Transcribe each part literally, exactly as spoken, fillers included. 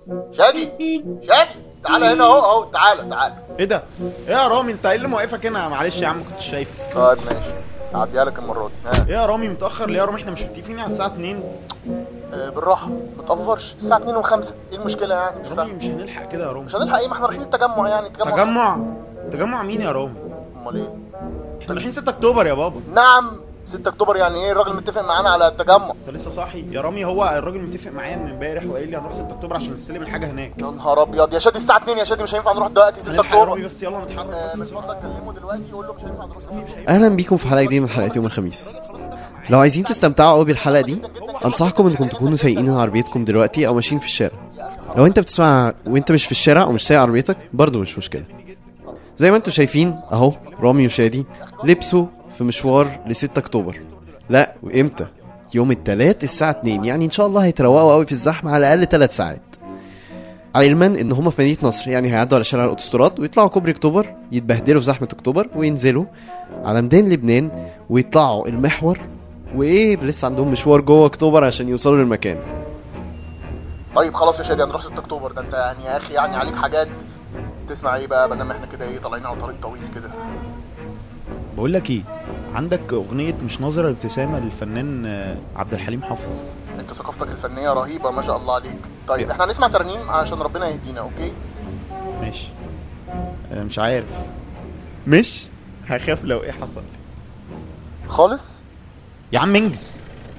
شادي شادي تعالى هنا اهو اهو تعالى تعالى. ايه ده؟ ايه يا رامي انت ايه اللي موقفك هنا؟ معلش يا عم ما كنتش شايفك. طيب ماشي هعديها لك المره دي. ها ايه يا رامي متاخر ليه يا رامي؟ احنا مش متفقين على الساعه اتنين. آه بالراحه ما تقفرش، الساعه اتنين وخمسة، ايه المشكله يعني؟ مش رامي فاهم. مش هنلحق كده يا رامي. مش هنلحق ايه؟ ما احنا رايحين التجمع يعني. تجمع تجمع تجمع مين يا رامي؟ امال ايه؟ احنا رايحين ستة اكتوبر يا بابا. نعم ستة اكتوبر يعني ايه؟ الراجل متفق معانا على التجمع. انت لسه صاحي يا رامي؟ هو الراجل متفق معايا من امبارح وقال لي هنروح ستة اكتوبر عشان نستلم الحاجه هناك. يا نهار ابيض يا شادي الساعه اتنين يا شادي، مش هينفع نروح دلوقتي ستة هنلحق يا اكتوبر. رامي بس يلا نتحرك آه بس. من فضلك كلمه دلوقتي يقول له مش هينفع نروح ستة اكتوبر. اهلا بيكم في حلقه جديده من حلقات يوم الخميس. لو عايزين تستمتعوا قوي بالحلقه دي انصحكم انكم تكونوا سايقين عربيتكم دلوقتي او ماشيين في الشارع. لو انت بتسمع وانت مش في الشارع او مش سايق عربيتك برضو مش مشكله. زي ما انتم شايفين اهو رامي وشادي لبسوا في مشوار ل ستة اكتوبر. لا وامتى؟ يوم الثلاث الساعه اتنين، يعني ان شاء الله هيتروقوا قوي في الزحمه على الاقل ثلاث ساعات. علما ان هم في مدينه نصر، يعني هيعدوا على شارع الاوتوستراد ويطلعوا كوبري اكتوبر يتبهدلوا في زحمه اكتوبر وينزلوا على ميدان لبنان ويطلعوا المحور، وايه لسه عندهم مشوار جوه اكتوبر عشان يوصلوا للمكان. طيب خلاص يا شادي هنروح ستة اكتوبر. ده انت يعني يا اخي يعني عليك حاجات. تسمع ايه بقى بدل ما احنا كده ايه طالعين على طريق طويل كده؟ بقول لك ايه، عندك اغنيه مش ناظره الابتسامه للفنان عبد الحليم حافظ. انت ثقافتك الفنيه رهيبه ما شاء الله عليك. طيب احنا هنسمع ترنيم عشان ربنا يهدينا. اوكي ماشي. اه مش عارف، مش هخاف لو ايه حصل خالص يا عم انجز.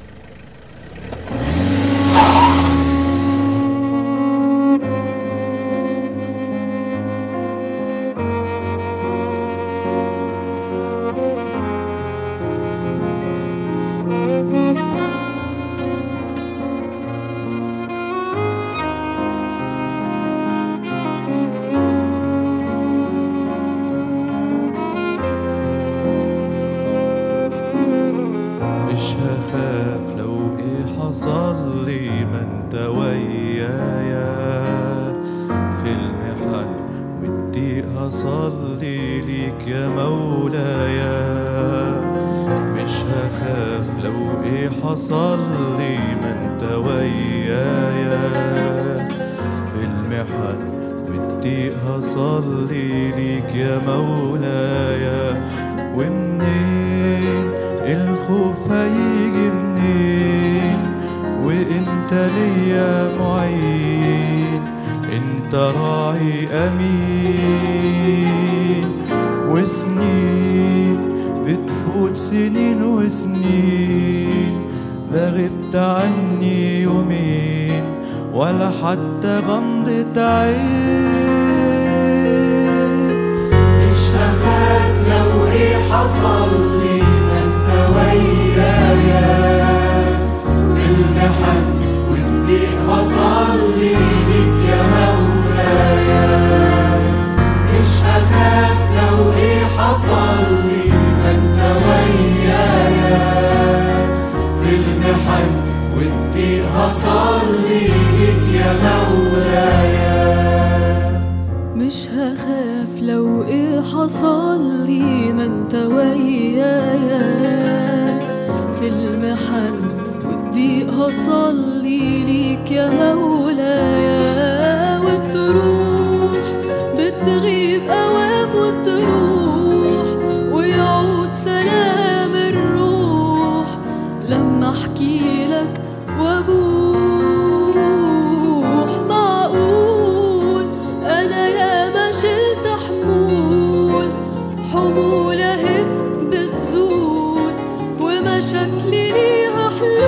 حصل لي ما انت ويايا في المحن والضيق حصل لي ليك يا مولايا. مش هخاف لو ايه حصل لي ما انت ويايا في المحن والضيق حصل لي ليك يا مولايا. ومنين الخوف هيجي منين وانت ليا معين؟ انت راعي امين وسنين بتفوت سنين وسنين لا غبت عني يومين ولا حتى غمضة عين. مش هخاف لو ايه حصل لي ما انت ويايا في المحن والضيق حصل لي ليك يا مولايا. مش هخاف لو ايه حصل لي ما انت ويايا في المحن والضيق حصل لي ليك يا مولايا. مش هخاف لو ايه حصل لي ما انت ويايا في المحن والضيق حصل لي ليك يا مولايا. والتروح بتغيب اوام وتروح ويعود سلام الروح لما احكي لك وابوح. معقول انا يا ما شلت حمول حمول اهي بتزول ومشاكلي ليها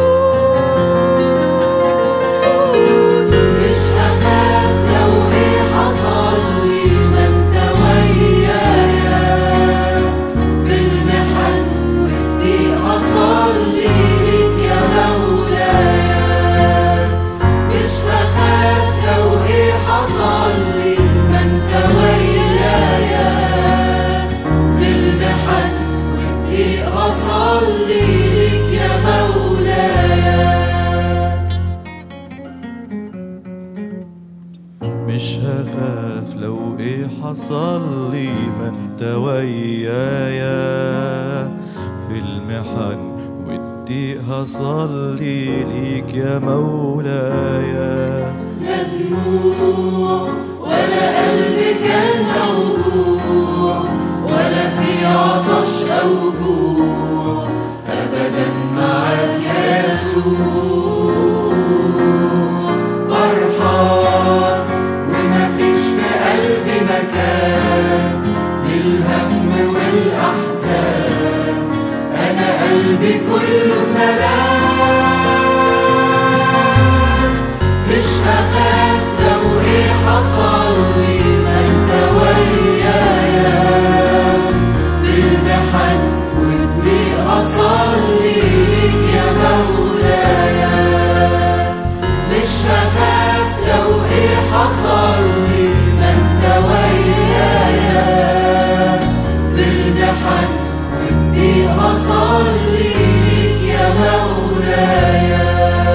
حلول. مش هخاف لو ايه حصل لي ما انت ويايا في المحن والضيق حصل لي ليك يا مولايا. مش هخاف لو ايه حصل لي ما انت ويايا في المحن والضيق حصل لي ليك يا مولايا. مش هخاف لو ايه حصل لي ما انت ويايا في المحن والضيق حصل لي ليك يا مولايا. لن دموع ولا قلب كان موجوع ولا في عطش أو جوع أبدا معاك يا يسوع. فرحان ومفيش في قلبي مكان للهم والأحزان، أنا قلبي كله سلام. مش هخاف لو إيه حصل لي، ما أنت ويايا في المحن والضيق أصلي ليك يا مولايا. مش هخاف لو إيه حصل لي، ما أنت ويايا في المحن والضيق أصلي ليك يا مولايا.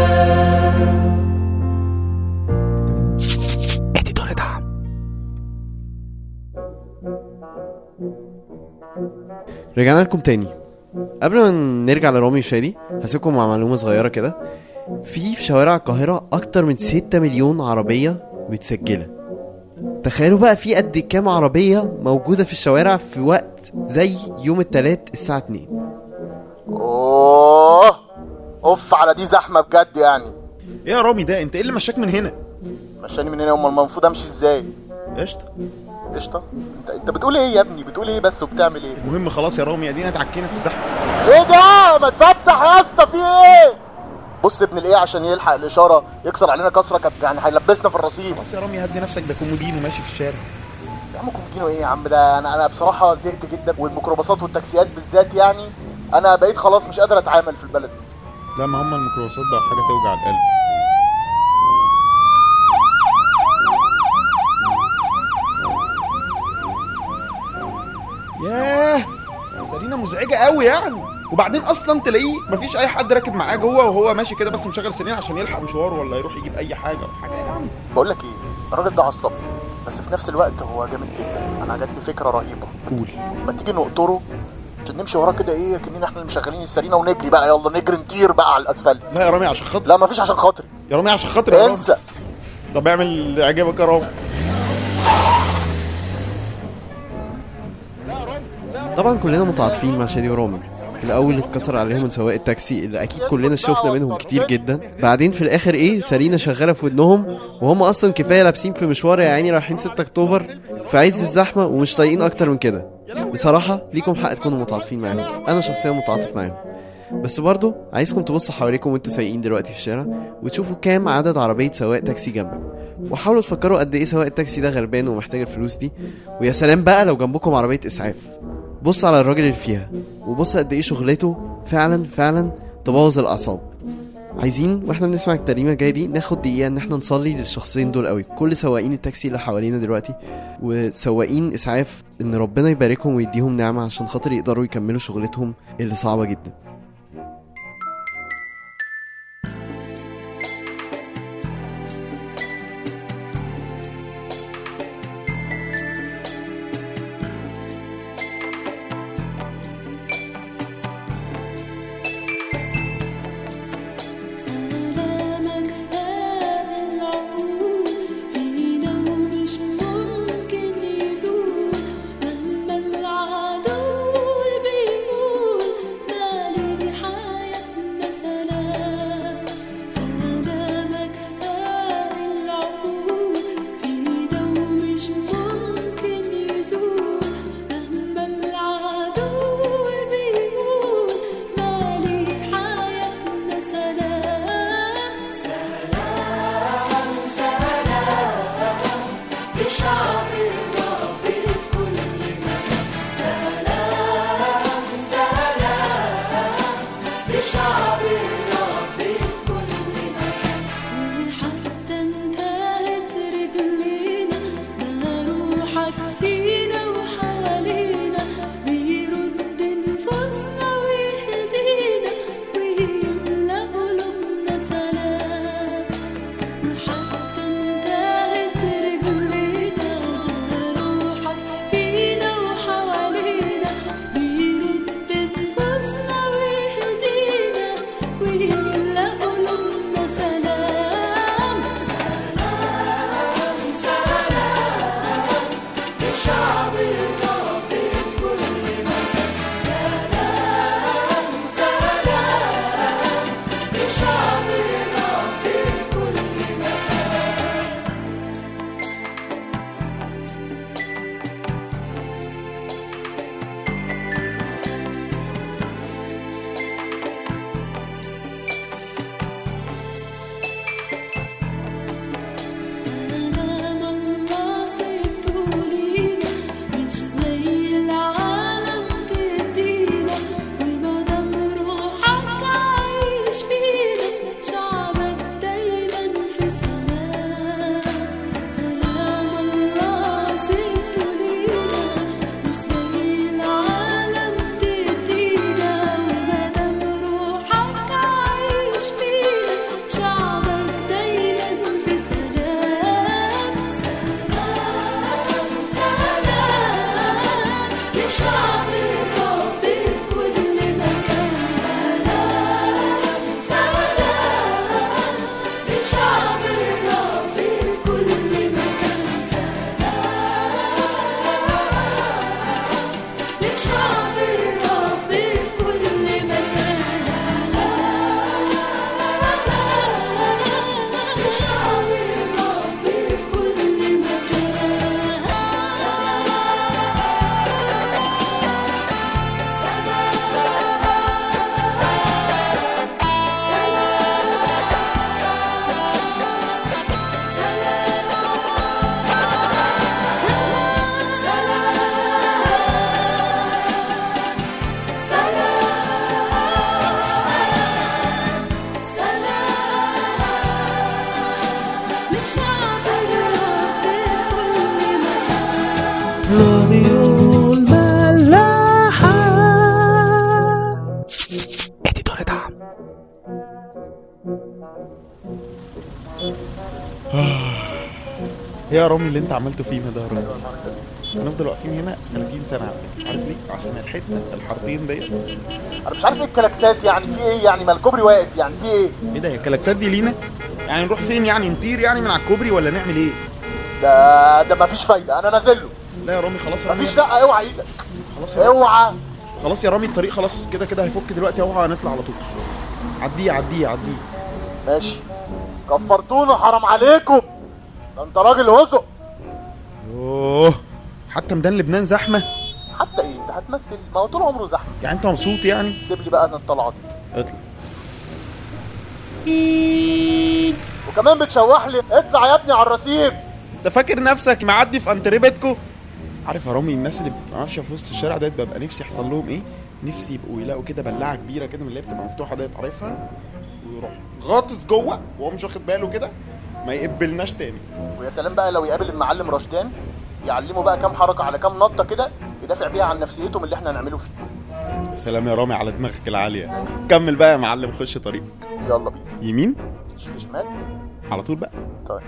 رجعنا لكم تاني. قبل ما نرجع لرامي وشادي هسيبكم مع معلومة صغيرة كده. في في شوارع القاهرة أكتر من ستة مليون عربية متسجلة. تخيلوا بقى في قد كام عربية موجودة في الشوارع في وقت زي يوم التلات الساعة اتنين. اوه اوف على دي زحمة بجد يعني. ايه يا رامي ده؟ انت ايه اللي مشاك من هنا؟ مشاني من هنا؟ امال المفروض امشي ازاي؟ قشطة قشطة. انت انت بتقول ايه يا ابني؟ بتقول ايه بس وبتعمل ايه؟ المهم خلاص يا رامي، ادينا اتعكينا في الزحمة. ايه ده؟ ما تفتح يا اسطى، في ايه؟ بص ابن الايه عشان يلحق الاشاره يكسر علينا كسره كانت يعني هيلبسنا في الرصيف. خلاص يا رامي هدي نفسك، ده كومودين وماشي في الشارع. يا عم كومودينو ايه يا عم؟ ده انا انا بصراحه زهقت جدا، والميكروباصات والتاكسيات بالذات يعني انا بقيت خلاص مش قادر اتعامل في البلد دي. لا ما هم الميكروباصات بقى حاجه توجع القلب. ياه سرينا مزعجه قوي يعني. وبعدين اصلا تلاقيه مفيش اي حد راكب معاه جوه وهو ماشي كده بس مشغل سرينا عشان يلحق مشواره ولا يروح يجيب اي حاجه او حاجه يعني. بقول لك ايه، الراجل ده عصبني بس في نفس الوقت هو جامد جدا. انا جات لي فكره رهيبه. قول. ما تيجي نقطره عشان نمشي وراه كده ايه كأننا احنا اللي مشغلين السرينا ونجري بقى. يلا نجري نطير بقى على الاسفلت. لا يا رامي عشان خاطري. لا مفيش عشان خاطري يا رامي عشان خاطري يا رامي. انسى. طب اعمل اللي يعجبك يا رامي. طبعا كلنا متعاطفين مع شادي ورامي. الاول اتكسر عليهم من سواق التاكسي اللي اكيد كلنا شفنا منهم كتير جدا. بعدين في الاخر ايه سرينا شغاله في ودنهم وهم اصلا كفايه لابسين في مشوار يا عيني رايحين ستة اكتوبر في عز الزحمه ومش طايقين اكتر من كده. بصراحه ليكم حق تكونوا متعاطفين معاهم، انا شخصيا متعاطف معاهم. بس برضو عايزكم تبصوا حواليكم وانتوا سايقين دلوقتي في الشارع وتشوفوا كام عدد عربيه سواق تاكسي جنبك، وحاولوا تفكروا قد ايه سواق التاكسي ده غلبان ومحتاج الفلوس دي. ويا سلام بقى لو جنبكم عربيه اسعاف. بص على الراجل اللي فيها وبص قد ايه شغلته فعلا فعلا تبوظ الاعصاب. عايزين واحنا بنسمع الترنيمه الجايه دي ناخد دقيقه ان احنا نصلي للشخصين دول قوي، كل سواقين التاكسي اللي حوالينا دلوقتي وسواقين اسعاف، ان ربنا يباركهم ويديهم نعمه عشان خاطر يقدروا يكملوا شغلتهم اللي صعبه جدا. مهما العدو بيقول يا رامي اللي انت عملته فينا ده يا رامي. هنفضل واقفين هنا ثلاثين سنه على فكره. عارف ليه؟ عشان الحته الحارتين ديت. انا مش عارف ايه الكلاكسات يعني، في ايه يعني؟ ما الكوبري واقف يعني، في ايه؟ ايه ده؟ هي الكلاكسات دي لينا؟ يعني نروح فين يعني؟ نطير يعني من على الكوبري ولا نعمل ايه؟ ده ده مفيش فايده، انا نازل له. لا يا رامي خلاص يا رامي. مفيش، لا اوعى ايدك، خلاص يا رامي. اوعى. خلاص يا رامي الطريق خلاص كده كده هيفك دلوقتي اهو، هنطلع على طول. عديه عديه عديه. ماشي. كفرتونا حرام عليكم، ده انت راجل هزق. اوه حتى ميدان لبنان زحمه. حتى ايه؟ انت هتمثل؟ ما هو طول عمره زحمه. يعني انت مبسوط يعني؟ سيب لي بقى انا الطلعه دي. اطلع. وكمان بتشوح لي، اطلع يا ابني على الرصيف. انت فاكر نفسك معدي في انتريه بيتكو؟ عارف يا رامي الناس اللي بتبقى ماشيه في وسط الشارع ديت ببقى نفسي يحصل لهم ايه؟ نفسي يبقوا يلاقوا كده بلاعه كبيره كده من اللي بتبقى مفتوحه ديت، عارفها؟ ويروح غاطس جوه وهو مش واخد باله كده، ما يقبلناش تاني. ويا سلام بقى لو يقابل المعلم رشدان، يعلمه بقى كام حركه على كام نطه كده يدافع بيها عن نفسيتهم اللي احنا هنعمله فيه. يا سلام يا رامي على دماغك العاليه. كمل بقى يا معلم، خش طريقك. يلا بينا. يمين؟ في شمال على طول بقى. طيب.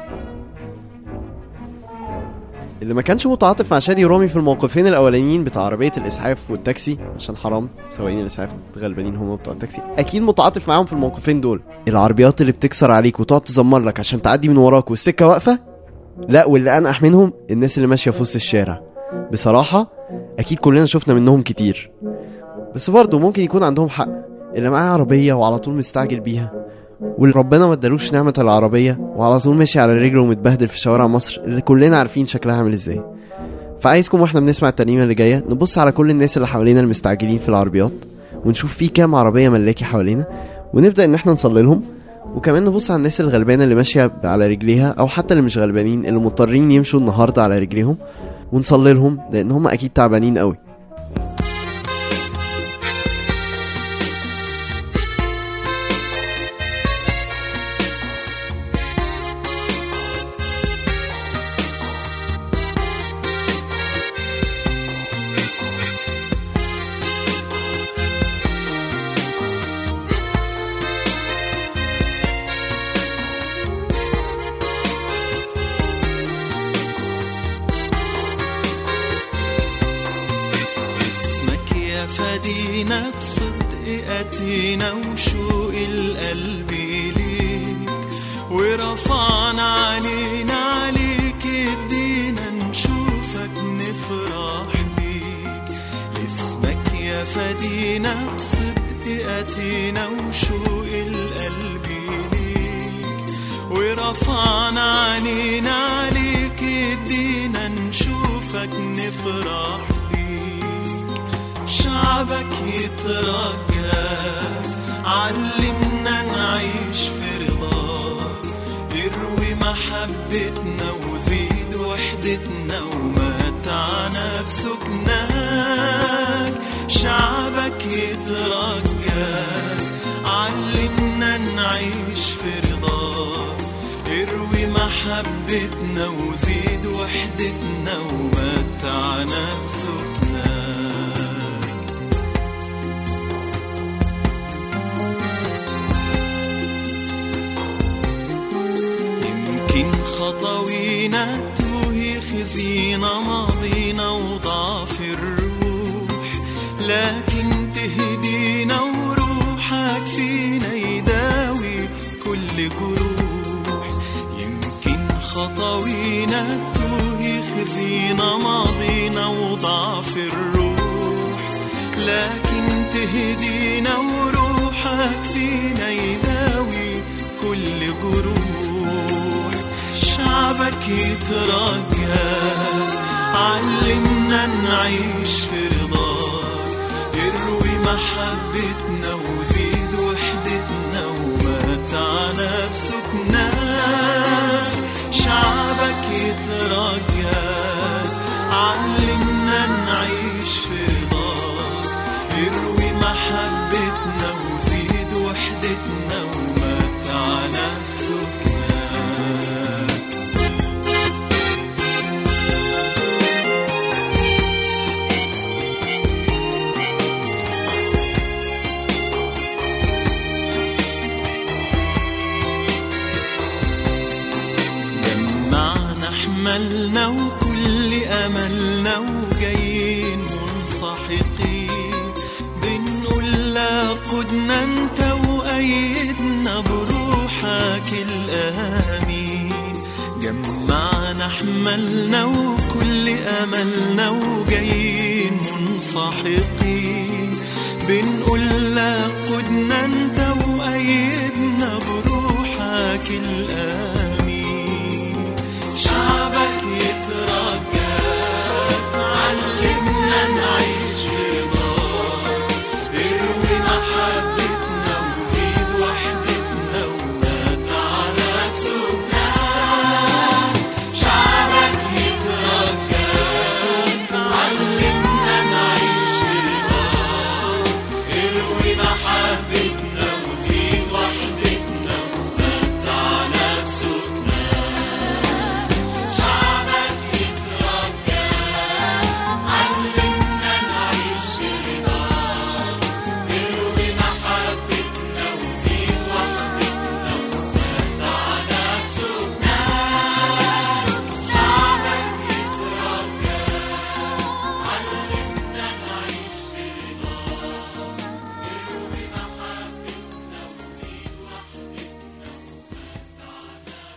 اللي ما كانش متعاطف مع شادي ورامي في الموقفين الاولانيين بتاع عربيه الاسعاف والتاكسي، عشان حرام سواقين الاسعاف غلبانين هم بتوع التاكسي، اكيد متعاطف معاهم في الموقفين دول. العربيات اللي بتكسر عليك وتقعد تزمر لك عشان تعدي من وراك والسكه واقفه، لا واللي انقح منهم الناس اللي ماشيه في وسط الشارع. بصراحه اكيد كلنا شفنا منهم كتير، بس برضه ممكن يكون عندهم حق. اللي معاه عربيه وعلى طول مستعجل بيها، واللي ربنا ما ادالوش نعمه العربيه وعلى طول ماشي على رجله ومتبهدل في شوارع مصر اللي كلنا عارفين شكلها عامل ازاي. فعايزكم واحنا بنسمع الترنيمه اللي جايه نبص على كل الناس اللي حوالينا المستعجلين في العربيات، ونشوف في كام عربيه ملاكي حوالينا، ونبدا ان احنا نصلي لهم. وكمان نبص على الناس الغلبانه اللي ماشيه على رجليها، او حتى اللي مش غلبانين اللي مضطرين يمشوا النهارده على رجليهم، ونصلي لهم لان هم اكيد تعبانين قوي. فدينا بصدق أتينا وشوق القلب ليك، ورفعنا علينا عليك ادينا نشوفك نفرح بيك. لاسمك يا فدينا بصدق أتينا وشوق القلب ليك، ورفعنا علينا عليك ادينا نشوفك نفرح. شعبك يترجاك علمنا نعيش في رضاك، اروي محبتنا وزيد وحدتنا ومتعنا بسكناك. شعبك يترجاك علمنا نعيش في رضاك، اروي محبتنا وزيد وحدتنا ومتعنا بسكناك. خطوينا توهي خزينا ماضينا وضعف الروح، لكن تهدينا وروحك فينا يداوي كل جروح. يمكن خطوينا توهي خزينا ماضينا وضعف الروح، لكن تهدينا وروحك فينا يداوي كل جروح. شعبك يترجاك علمنا نعيش في رضاك، اروي محبتنا وزيد وحدتنا ومتعنا بسكناك. شعبك يترجاك علمنا نعيش في رضاك، اروي محبتنا وزيد وحدتنا ومتعنا بسكناك. نحملنا وكل أملنا وجايين منسحقين، بنقول لا قدنا انت وأيدنا بروحك الآمين. جمعنا حملنا وكل أملنا وجايين منسحقين، بنقول لا قدنا انت وأيدنا بروحك الآمين. شعبك يترجاك، علمنا نعيش في رضاك، اروي محبتنا وزيد وحدتنا ومات على كسوفنا. شعبك يترجاك، علمنا نعيش في رضاك، اروي محبتنا وزيد وحدتنا ومات على كسوفنا. شعبك يترجاك، علمنا نعيش في رضاك، اروي محبتنا وزيد وحدتنا ومات على كسوفنا. شعبك يترجاك، علمنا نعيش في رضاك، اروي محبتنا وزيد وحدتنا ومات على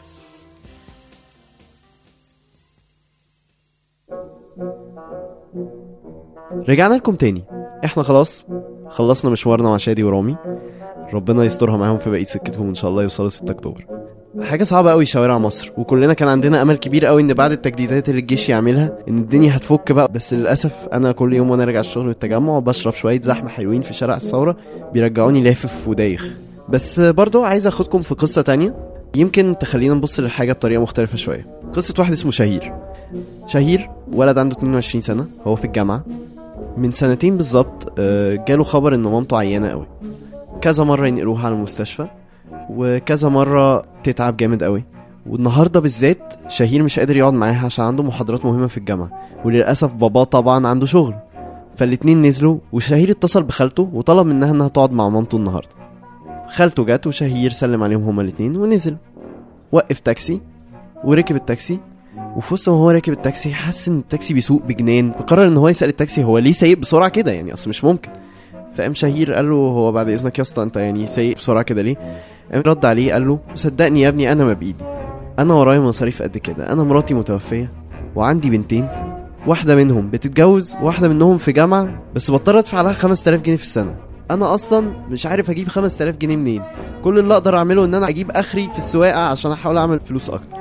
رجعنا لكم تاني. احنا خلاص خلصنا مشوارنا مع شادي ورامي، ربنا يسترها معاهم في بقية سكتهم ان شاء الله يوصلوا ستة اكتوبر. حاجة صعبة قوي شوارع مصر، وكلنا كان عندنا امل كبير قوي ان بعد التجديدات اللي الجيش يعملها ان الدنيا هتفك بقى، بس للاسف انا كل يوم وانا راجع الشغل والتجمع بشرب شوية زحمة حلوين في شارع الثورة بيرجعوني لافف ودايخ. بس برضو عايز اخدكم في قصة تانية يمكن تخلينا نبص للحاجة بطريقة مختلفة شوية. قصة واحد اسمه شهير. شهير ولد عنده اتنين وعشرين سنة، هو في الجامعة. من سنتين بالظبط جاله خبر ان مامته عيانة قوي، كذا مرة ينقلوها على المستشفى وكذا مرة تتعب جامد قوي. والنهاردة بالذات شهير مش قادر يقعد معاها عشان عنده محاضرات مهمة في الجامعة، وللأسف باباه طبعا عنده شغل، فالاتنين نزلوا وشهير اتصل بخالته وطلب منها انها تقعد مع مامته النهاردة. خالته جت وشهير سلم عليهم هما الاتنين ونزل، وقف تاكسي وركب التاكسي. وفي وسط ما هو راكب التاكسي حس ان التاكسي بيسوق بجنان، فقرر ان هو يسأل التاكسي هو ليه سايق بسرعة كده، يعني اصل مش ممكن. فقام شهير قال له هو بعد اذنك يا اسطى انت يعني سايق بسرعة كده ليه؟ قام رد عليه قال له صدقني يا ابني انا ما بايدي، انا ورايا مصاريف قد كده، انا مراتي متوفية وعندي بنتين، واحدة منهم بتتجوز واحدة منهم في جامعة، بس بضطر ادفع لها خمس تلاف جنيه في السنة، انا اصلا مش عارف اجيب خمس تلاف جنيه منين، كل اللي اقدر اعمله ان انا اجيب اخري في السواقة عشان احاول اعمل فلوس اكتر.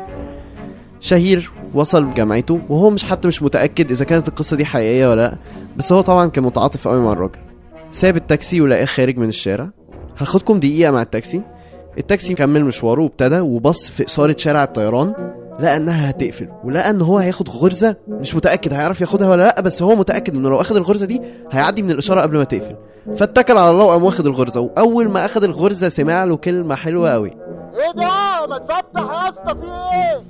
شهير وصل جامعته وهو مش حتى مش متأكد اذا كانت القصة دي حقيقية ولا لا، بس هو طبعا كان متعاطف قوي مع الراجل. ساب التاكسي ولقاه خارج من الشارع. هاخدكم دقيقة مع التاكسي. التاكسي كمل مشواره وابتدى وبص في إصارة شارع الطيران، لقى انها هتقفل ولقى ان هو هياخد غرزة مش متأكد هيعرف ياخدها ولا لا، بس هو متأكد انه لو اخد الغرزة دي هيعدي من الإشارة قبل ما تقفل، فاتكل على الله وقام واخد الغرزة. واول ما اخد الغرزة سمع له كلمة حلوة قوي، ايه ده ما تفتح يا اسطى في ايه؟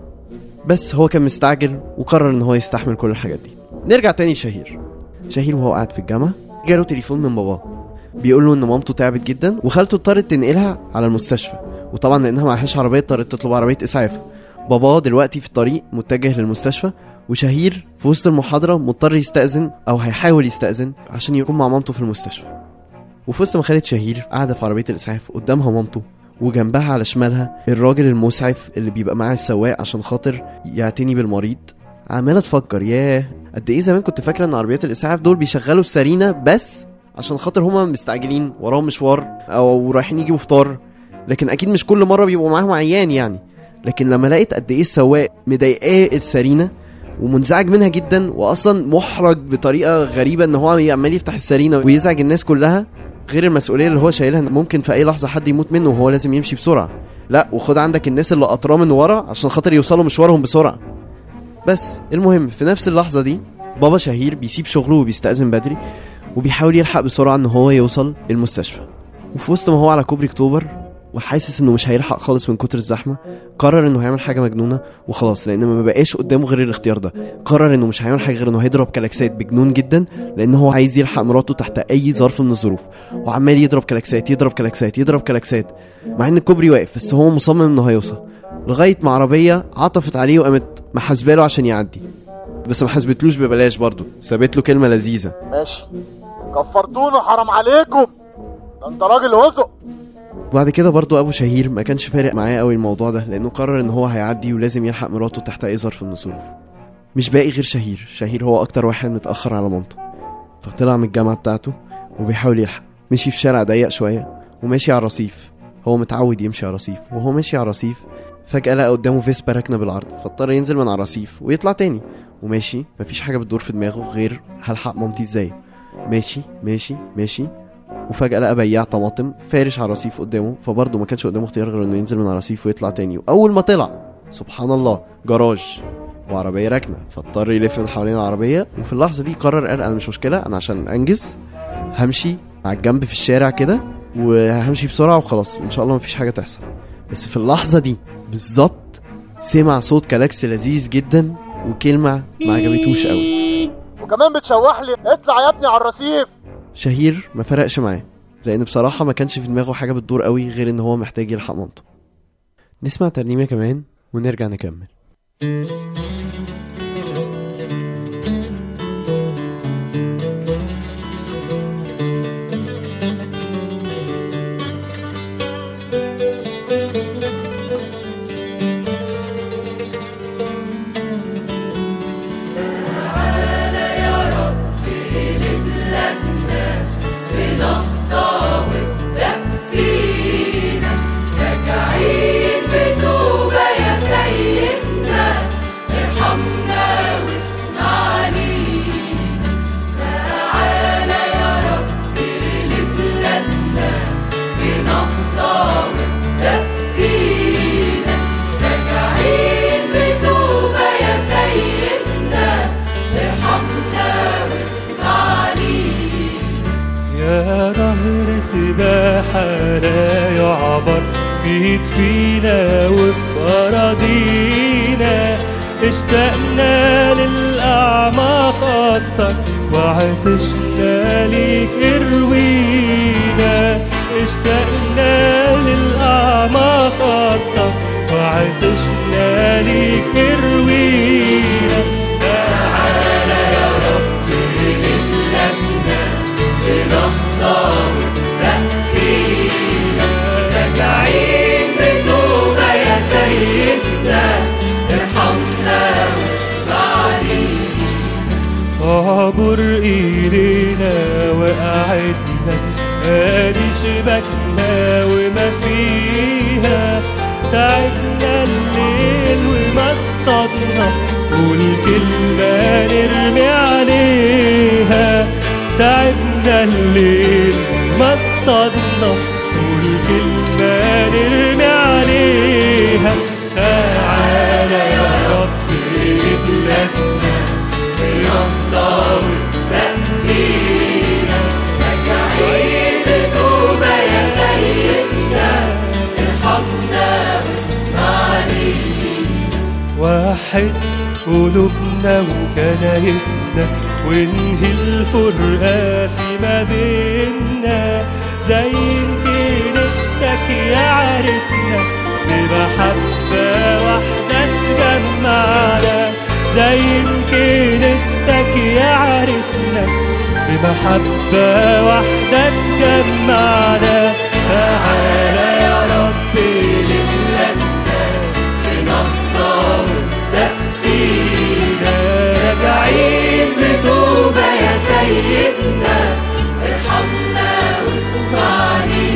بس هو كان مستعجل وقرر ان هو يستحمل كل الحاجات دي. نرجع تاني لشهير. شهير وهو قاعد في الجامعة جاله تليفون من باباه بيقول له ان مامته تعبت جدا وخالته اضطرت تنقلها على المستشفى، وطبعا لانها معهاش عربيه اضطرت تطلب عربيه اسعاف. باباه دلوقتي في الطريق متجه للمستشفى، وشهير في وسط المحاضره مضطر يستأذن او هيحاول يستأذن عشان يكون مع مامته في المستشفى. وفي وسط ما خالد شهير قاعده في عربيه الاسعاف قدامها مامته، وجنبها على شمالها الراجل المسعف اللي بيبقى معاه السواق عشان خاطر يعتني بالمريض، عماله تفكر ياه قد ايه زمان كنت فاكره ان عربيات الاسعاف دول بيشغلوا السرينه بس عشان خاطر هما مستعجلين وراهم مشوار او رايحين يجيبوا فطار، لكن اكيد مش كل مره بيبقوا معاهم عيان يعني. لكن لما لقيت قد ايه السواق مضايقاه السرينه ومنزعج منها جدا، واصلا محرج بطريقه غريبه ان هو عمال يفتح السرينه ويزعج الناس كلها، غير المسؤوليه اللي هو شايلها ممكن في اي لحظه حد يموت منه وهو لازم يمشي بسرعه، لا وخد عندك الناس اللي قطراه من ورا عشان خاطر يوصلوا مشوارهم بسرعه. بس المهم في نفس اللحظه دي بابا شهير بيسيب شغله وبيستأذن بدري وبيحاول يلحق بسرعه ان هو يوصل المستشفى. وفي وسط ما هو على كوبري اكتوبر وحاسس انه مش هيلحق خالص من كتر الزحمه، قرر انه هيعمل حاجه مجنونه وخلاص، لان ما بقاش قدامه غير الاختيار ده. قرر انه مش هيعمل حاجه غير انه هيضرب كلاكسات بجنون جدا، لان هو عايز يلحق مراته تحت اي ظرف من الظروف، وعمال يضرب كلاكسات يضرب كلاكسات يضرب كلاكسات مع ان الكوبري واقف، بس هو مصمم انه هيوصل، لغايه ما عربيه عطفت عليه وقامت ما حاسباله عشان يعدي، بس ما حاسبتلوش ببلاش برضه، سابت له كلمه لذيذه. ماشي كفرتونا حرام عليكم، ده انت راجل هزق. وبعد كده برضه ابو شهير ما كانش فارق معاه قوي الموضوع ده، لانه قرر ان هو هيعدي ولازم يلحق مراته تحت اي ظرف من الظروف. مش باقي غير شهير، شهير هو اكتر واحد متاخر على مامته، فطلع من الجامعه بتاعته وبيحاول يلحق. مشي في شارع ضيق شويه وماشي على الرصيف، هو متعود يمشي على الرصيف، وهو ماشي على الرصيف فجاه لقى قدامه فيسبا راكنه بالعرض، فاضطر ينزل من على الرصيف ويطلع تاني، وماشي مفيش حاجه بتدور في دماغه غير هلحق مامتي ازاي. ماشي ماشي ماشي وفجأة لقى بياع طماطم فارش على الرصيف قدامه، فبرضه ما كانش قدامه اختيار غير انه ينزل من على الرصيف ويطلع تاني. واول ما طلع سبحان الله جراج وعربيه راكنه، فاضطر يلف من حوالين العربيه. وفي اللحظه دي قرر قال انا مش مشكله، انا عشان انجز همشي على الجنب في الشارع كده وهمشي بسرعه وخلاص وان شاء الله مفيش حاجه تحصل. بس في اللحظه دي بالظبط سمع صوت كلاكس لذيذ جدا وكلمه ما عجبتوش قوي، وكمان بتشوح لي اطلع يا ابني على الرصيف. شهير ما فرقش معاه، لان بصراحه ما كانش في دماغه حاجه بتدور قوي غير ان هو محتاج يلحق مامته. نسمع ترنيمه كمان ونرجع نكمل. لا يعبر في فينا وفي أراضينا، اشتقنا للأعماق أكتر وعطشنا ليك اروينا، اشتقنا للأعماق أكتر وعطشنا ليك اروينا. تعالى يا رب نملأنا بنهضة راجعين بتوبة يا سيدنا، ارحمنا واسمعني. اعبر إلينا وقعدنا ادي شبكنا وما فيها، تعبنا الليل وما اصطادنا والكلمة نرمي عليها، تعبنا الليل ما اصطادنا والكلمة نرمي عليها. تعالى يا رب لبلادنا بنهضة وابدأ فينا، راجعين بتوبة يا سيدنا، ارحمنا واسمعني. واحد قلوبنا وكنايسنا وانهي الفرقة فيما بيننا، زين كنيستك يا عرسنا بمحبة واحدة تجمعنا، زين كنيستك يا عرسنا بمحبة واحدة تجمعنا. تعالى يا رب لبلادنا بنهضة وابدأ فينا، راجعين بتوبة يا سيدنا، ارحمنا واسمعني.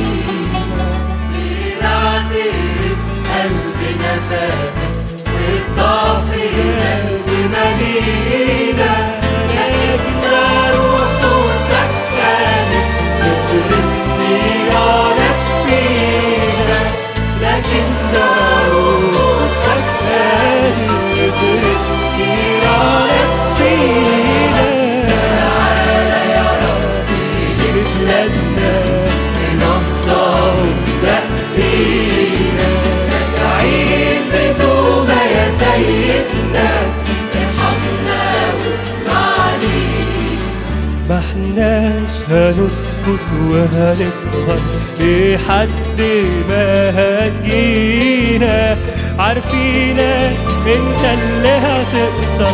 بنعترف قلبنا فاتك والضعف زاد مالينا، لكننا روح وسكنك بترد نيرانك فينا، لكننا روح سكنك بترد نيرانك فينا. تعالى يا رب لبلادنا بنهضة وابدأ فينا، راجعين بتوبة يا سيدنا، ارحمنا واسمعني. ما احناش هنسكت وهنسهر لحد ما هتجينا، عارفينك انت اللي هتقدر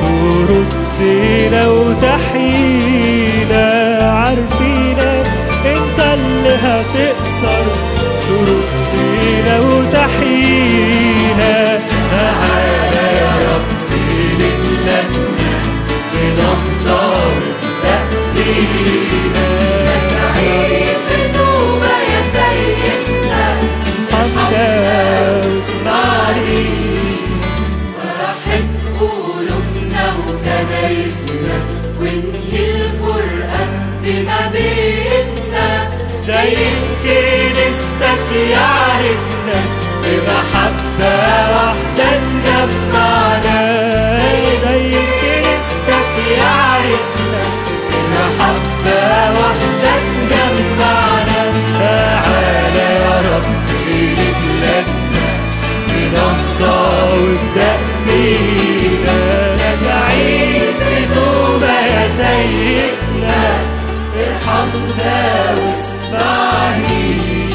تردنا وتحيينا، عارفينك انت اللي هتقدر تردنا وتحيينا. تعالى يا ربي لبلادنا بنهضة وابدأ فينا، نعيد بتوبة يا سيدنا حتى اسمعني، وحد قلوبنا وكنايسنا وانهي الفرقة فيما بيننا، زي كنيستك يا عرسنا بمحبة واحدة تجمعنا، زي كنيستك يا عرسنا بمحبة واحدة تجمعنا. تعالى يا ربي لبلادنا بنهضة وابدأ فينا، نعيد بتوبة يا سيدنا ارحمنا واسمعني.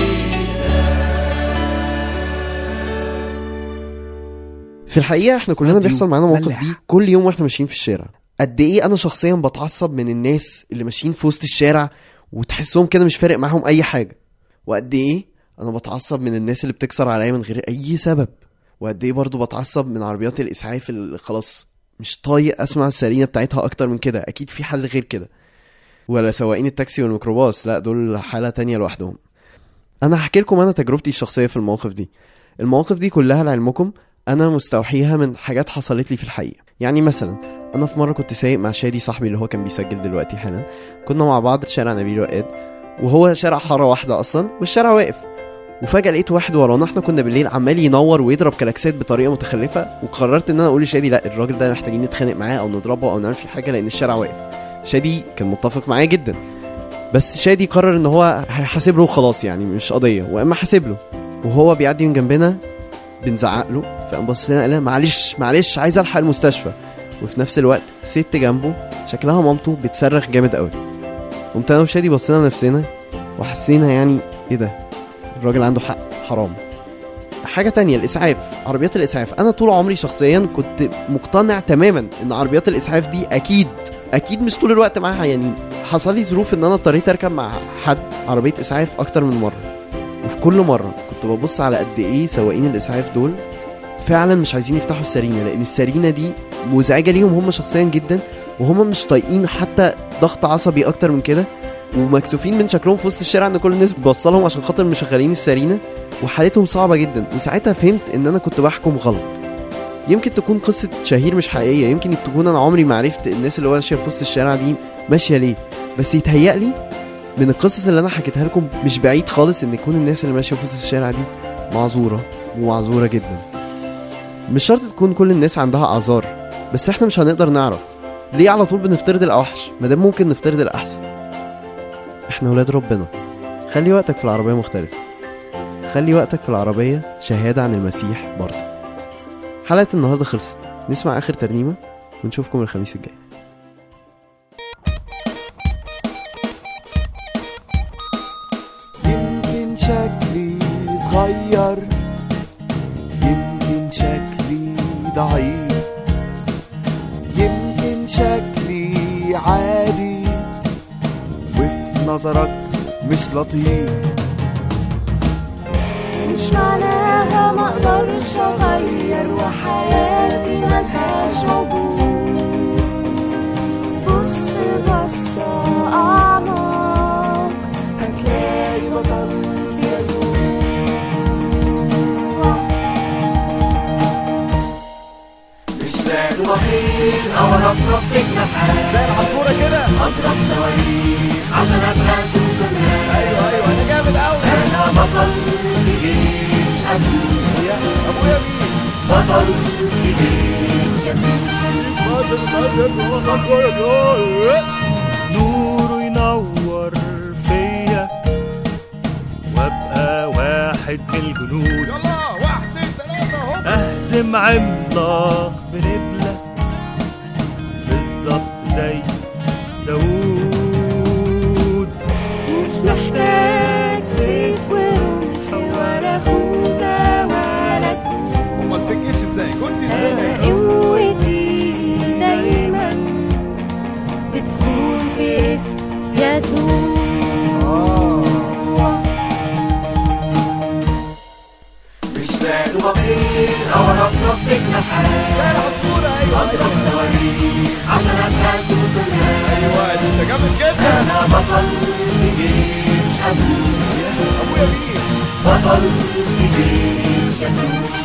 في الحقيقة احنا كلنا بيحصل معانا موقف دي كل يوم واحنا ماشيين في الشارع. قد ايه انا شخصيا بتعصب من الناس اللي ماشيين في وسط الشارع وتحسهم كده مش فارق معاهم اي حاجة، وقد ايه انا بتعصب من الناس اللي بتكسر عليا من غير اي سبب، وقد ايه برضو بتعصب من عربيات الاسعاف اللي خلاص مش طايق اسمع السرينة بتاعتها اكتر من كده، اكيد في حل غير كده، ولا سواقين التاكسي والميكروباص، لا دول حالة تانية لوحدهم. انا هحكي لكم انا تجربتي الشخصية في المواقف دي. المواقف دي كلها لعلمكم انا مستوحيها من حاجات حصلت لي في الحقيقة. يعني مثلا انا في مرة كنت سايق مع شادي صاحبي اللي هو كان بيسجل دلوقتي حالا، كنا مع بعض في شارع نبيل وقاد، وهو شارع حارة واحدة اصلا والشارع واقف، وفجأة لقيت واحد ورانا، احنا كنا بالليل، عمال ينور ويضرب كلاكسات بطريقة متخلفة، وقررت ان انا اقول لشادي لا الراجل ده محتاجين نتخانق معاه او نضربه او نعمل فيه حاجة لان الشارع واقف. شادي كان متفق معايا جدا، بس شادي قرر ان هو هيحاسب له وخلاص، يعني مش قضية، واما حاسب له وهو بيعدي من جنبنا بنزعق له، فقام بص لنا قال لنا معلش معلش عايز الحق المستشفى، وفي نفس الوقت ست جنبه شكلها مامته بتصرخ جامد قوي. قمت انا وشادي بصينا لنفسنا وحسينا يعني ايه ده، الراجل عنده حق، حرام. حاجة تانية، الإسعاف، عربيات الإسعاف. أنا طول عمري شخصيا كنت مقتنع تماما إن عربيات الإسعاف دي أكيد أكيد مش طول الوقت معاها، يعني حصل لي ظروف إن أنا اضطريت أركب مع حد عربية إسعاف أكتر من مرة، وفي كل مرة كنت ببص على قد إيه سواقين الإسعاف دول فعلا مش عايزين يفتحوا السرينة، لأن السرينة دي مزعجة ليهم هم شخصيا جدا، وهم مش طايقين حتى ضغط عصبي أكتر من كده، ومكسوفين من شكلهم في وسط الشارع ان كل الناس بتبصلهم عشان خاطر مشغلين السرينة، وحالتهم صعبة جدا. وساعتها فهمت ان انا كنت بحكم غلط. يمكن تكون قصة شهير مش حقيقية، يمكن تكون انا عمري ما عرفت الناس اللي ماشية في وسط الشارع دي ماشية ليه، بس يتهيألي من القصص اللي انا حكيتها لكم مش بعيد خالص ان يكون الناس اللي ماشية في وسط الشارع دي معذورة ومعذورة جدا. مش شرط تكون كل الناس عندها اعذار، بس احنا مش هنقدر نعرف ليه على طول بنفترض الاوحش مادام ممكن نفترض الاحسن. احنا ولاد ربنا. خلي وقتك في العربية مختلف، خلي وقتك في العربية شهادة عن المسيح برضه. حلقة النهاردة خلصت، نسمع آخر ترنيمة ونشوفكم الخميس الجاي. يمكن شكلي صغير، يمكن شكلي ضعيف، يمكن شكلي عادي وفي نظرك مش لطيف، مش معناها ما اقدرش اغير وحياتي ملهاش موضوع. بص بص اعمق هتلاقي بطل في يسوع. مش ذات وطير او رفرف بجناحات زي العصفورة كده، اضرب صواريخ عشان ابقى سوبرمان. ايوه ايوه انا جامد قوي، انا بطل في جيش ابويا. ابويا مين؟ بطل في جيش يسوع. نوره ينور فيا وابقى واحد من الجنود. يلا واحد اتنين تلاتة اهو، اهزم عملاق بنبلة بالظبط زي داوود. مش محتاج سيف ورمح ولا خوذة ولا جنود. امال في الجيش ازاي؟ كنت ازاي؟ بجناحات زي العصفورة. ايوه اضرب صواريخ عشان ابهز الدنيا. ايوه انت جامد جدا. انا بطل في جيش ابويا. ابويا مين؟ بطل في جيش يسوع.